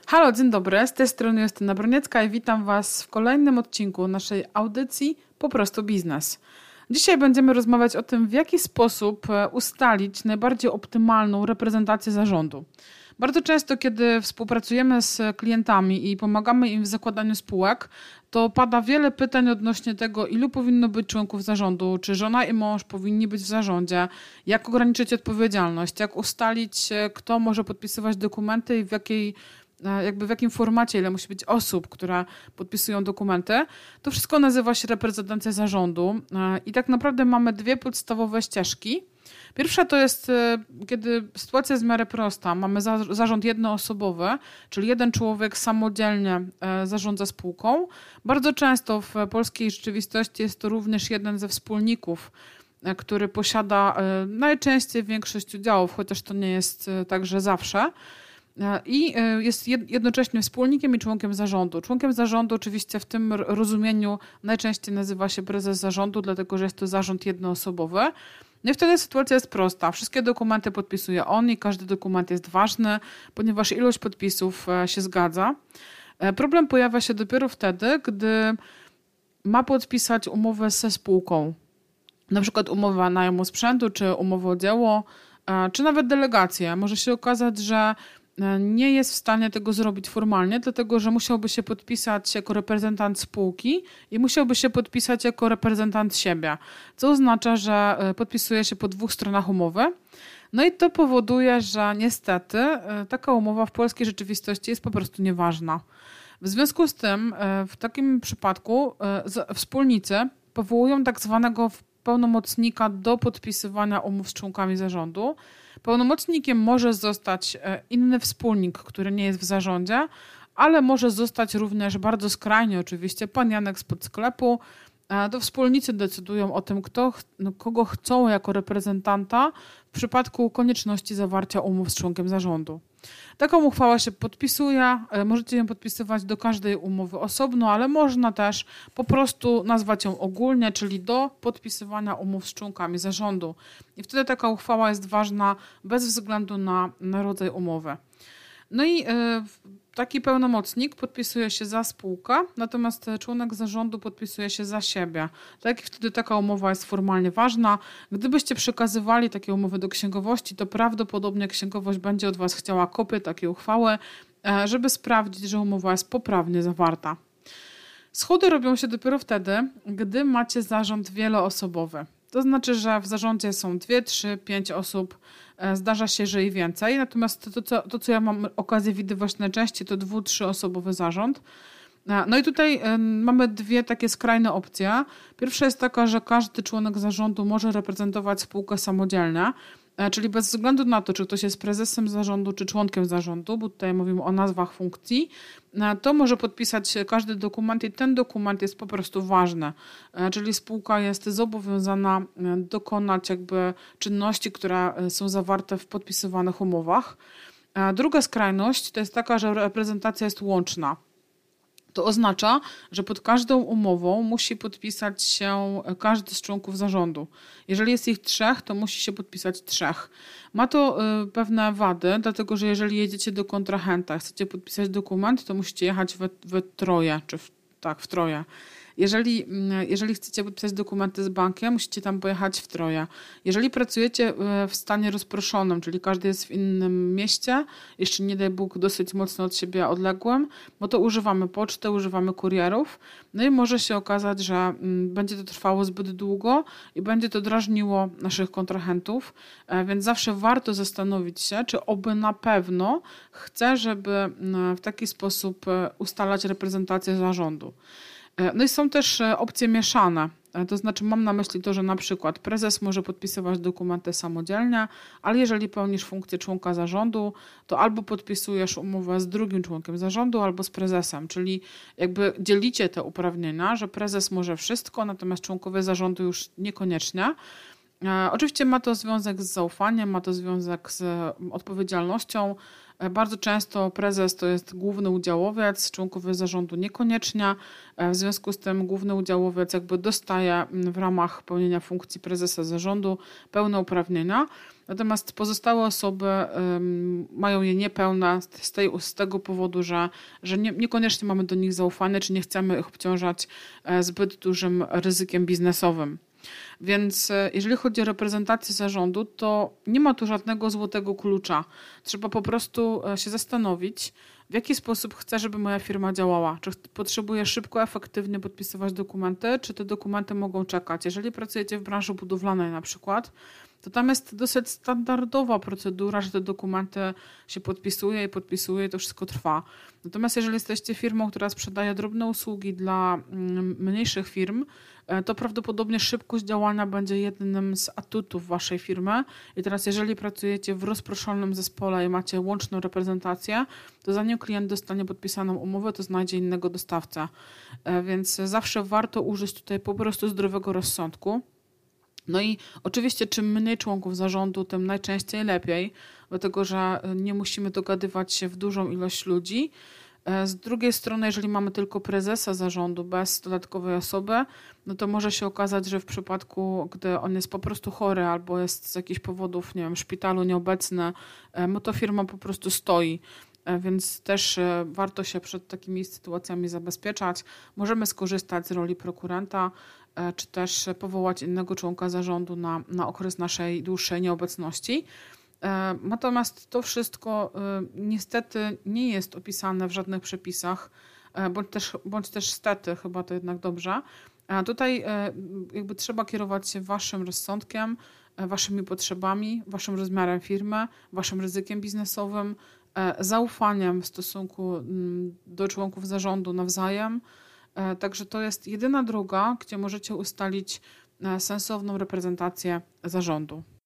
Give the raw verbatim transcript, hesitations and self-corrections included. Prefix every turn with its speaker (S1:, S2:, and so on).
S1: Halo, dzień dobry, z tej strony Justyna Broniecka i witam Was w kolejnym odcinku naszej audycji Po prostu Biznes. Dzisiaj będziemy rozmawiać o tym, w jaki sposób ustalić najbardziej optymalną reprezentację zarządu. Bardzo często, kiedy współpracujemy z klientami i pomagamy im w zakładaniu spółek, to pada wiele pytań odnośnie tego, ilu powinno być członków zarządu, czy żona i mąż powinni być w zarządzie, jak ograniczyć odpowiedzialność, jak ustalić, kto może podpisywać dokumenty i w jakiej jakby w jakim formacie, ile musi być osób, które podpisują dokumenty. To wszystko nazywa się reprezentacja zarządu i tak naprawdę mamy dwie podstawowe ścieżki. Pierwsza to jest, kiedy sytuacja jest w miarę prosta. Mamy za, zarząd jednoosobowy, czyli jeden człowiek samodzielnie zarządza spółką. Bardzo często w polskiej rzeczywistości jest to również jeden ze wspólników, który posiada najczęściej większość udziałów, chociaż to nie jest także zawsze. I jest jednocześnie wspólnikiem i członkiem zarządu. Członkiem zarządu oczywiście w tym rozumieniu najczęściej nazywa się prezes zarządu, dlatego że jest to zarząd jednoosobowy. No i wtedy sytuacja jest prosta. Wszystkie dokumenty podpisuje on i każdy dokument jest ważny, ponieważ ilość podpisów się zgadza. Problem pojawia się dopiero wtedy, gdy ma podpisać umowę ze spółką. Na przykład umowę najmu sprzętu, czy umowę o dzieło, czy nawet delegację. Może się okazać, że nie jest w stanie tego zrobić formalnie, dlatego że musiałby się podpisać jako reprezentant spółki i musiałby się podpisać jako reprezentant siebie, co oznacza, że podpisuje się po dwóch stronach umowy. No i to powoduje, że niestety taka umowa w polskiej rzeczywistości jest po prostu nieważna. W związku z tym w takim przypadku wspólnicy powołują tak zwanego pełnomocnika do podpisywania umów z członkami zarządu. Pełnomocnikiem może zostać inny wspólnik, który nie jest w zarządzie, ale może zostać również bardzo skrajnie oczywiście pan Janek spod sklepu. To wspólnicy decydują o tym, kto, no, kogo chcą jako reprezentanta w przypadku konieczności zawarcia umów z członkiem zarządu. Taką uchwałę się podpisuje, możecie ją podpisywać do każdej umowy osobno, ale można też po prostu nazwać ją ogólnie, czyli do podpisywania umów z członkami zarządu. I wtedy taka uchwała jest ważna bez względu na, na rodzaj umowy. No i taki pełnomocnik podpisuje się za spółkę, natomiast członek zarządu podpisuje się za siebie. Tak, wtedy taka umowa jest formalnie ważna. Gdybyście przekazywali takie umowy do księgowości, to prawdopodobnie księgowość będzie od Was chciała kopię takiej uchwały, żeby sprawdzić, że umowa jest poprawnie zawarta. Schody robią się dopiero wtedy, gdy macie zarząd wieloosobowy. To znaczy, że w zarządzie są dwie, trzy, pięć osób, zdarza się, że i więcej. Natomiast to, co, to, co ja mam okazję widywać najczęściej, to dwu-, trzyosobowy zarząd. No i tutaj mamy dwie takie skrajne opcje. Pierwsza jest taka, że każdy członek zarządu może reprezentować spółkę samodzielnie, czyli bez względu na to, czy ktoś jest prezesem zarządu, czy członkiem zarządu, bo tutaj mówimy o nazwach funkcji, to może podpisać każdy dokument i ten dokument jest po prostu ważny. Czyli spółka jest zobowiązana dokonać jakby czynności, które są zawarte w podpisywanych umowach. Druga skrajność to jest taka, że reprezentacja jest łączna. To oznacza, że pod każdą umową musi podpisać się każdy z członków zarządu. Jeżeli jest ich trzech, to musi się podpisać trzech. Ma to pewne wady, dlatego że jeżeli jedziecie do kontrahenta, chcecie podpisać dokument, to musicie jechać we, we troje, czy w, tak, w troje. Jeżeli, jeżeli chcecie podpisać dokumenty z bankiem, musicie tam pojechać w troje. Jeżeli pracujecie w stanie rozproszonym, czyli każdy jest w innym mieście, jeszcze nie daj Bóg dosyć mocno od siebie odległym, bo to używamy poczty, używamy kurierów. No i może się okazać, że będzie to trwało zbyt długo i będzie to drażniło naszych kontrahentów, więc zawsze warto zastanowić się, czy oby na pewno chce, żeby w taki sposób ustalać reprezentację zarządu. No i są też opcje mieszane, to znaczy mam na myśli to, że na przykład prezes może podpisywać dokumenty samodzielnie, ale jeżeli pełnisz funkcję członka zarządu, to albo podpisujesz umowę z drugim członkiem zarządu, albo z prezesem, czyli jakby dzielicie te uprawnienia, że prezes może wszystko, natomiast członkowie zarządu już niekoniecznie. Oczywiście ma to związek z zaufaniem, ma to związek z odpowiedzialnością. Bardzo często prezes to jest główny udziałowiec, członkowie zarządu niekoniecznie. W związku z tym główny udziałowiec jakby dostaje w ramach pełnienia funkcji prezesa zarządu pełne uprawnienia. natomiast pozostałe osoby um, mają je niepełne z, tej, z tego powodu, że, że nie, niekoniecznie mamy do nich zaufanie, czy nie chcemy ich obciążać zbyt dużym ryzykiem biznesowym. Więc jeżeli chodzi o reprezentację zarządu, to nie ma tu żadnego złotego klucza. Trzeba po prostu się zastanowić, w jaki sposób chcę, żeby moja firma działała. Czy potrzebuję szybko, efektywnie podpisywać dokumenty, czy te dokumenty mogą czekać. Jeżeli pracujecie w branży budowlanej na przykład, to tam jest dosyć standardowa procedura, że te dokumenty się podpisuje i podpisuje i to wszystko trwa. Natomiast jeżeli jesteście firmą, która sprzedaje drobne usługi dla mniejszych firm, to prawdopodobnie szybkość działania będzie jednym z atutów waszej firmy. I teraz jeżeli pracujecie w rozproszonym zespole i macie łączną reprezentację, to zanim klient dostanie podpisaną umowę, to znajdzie innego dostawcę. Więc zawsze warto użyć tutaj po prostu zdrowego rozsądku. No i oczywiście czym mniej członków zarządu, tym najczęściej lepiej, dlatego że nie musimy dogadywać się w dużą ilość ludzi. Z drugiej strony, jeżeli mamy tylko prezesa zarządu bez dodatkowej osoby, no to może się okazać, że w przypadku, gdy on jest po prostu chory albo jest z jakichś powodów, nie wiem, w szpitalu nieobecny, no to firma po prostu stoi. Więc też warto się przed takimi sytuacjami zabezpieczać. Możemy skorzystać z roli prokurenta, czy też powołać innego członka zarządu na, na okres naszej dłuższej nieobecności. Natomiast to wszystko niestety nie jest opisane w żadnych przepisach, bądź też, bądź też stety, chyba to jednak dobrze. A tutaj jakby trzeba kierować się waszym rozsądkiem, waszymi potrzebami, waszym rozmiarem firmy, waszym ryzykiem biznesowym, zaufaniem w stosunku do członków zarządu nawzajem. Także to jest jedyna droga, gdzie możecie ustalić sensowną reprezentację zarządu.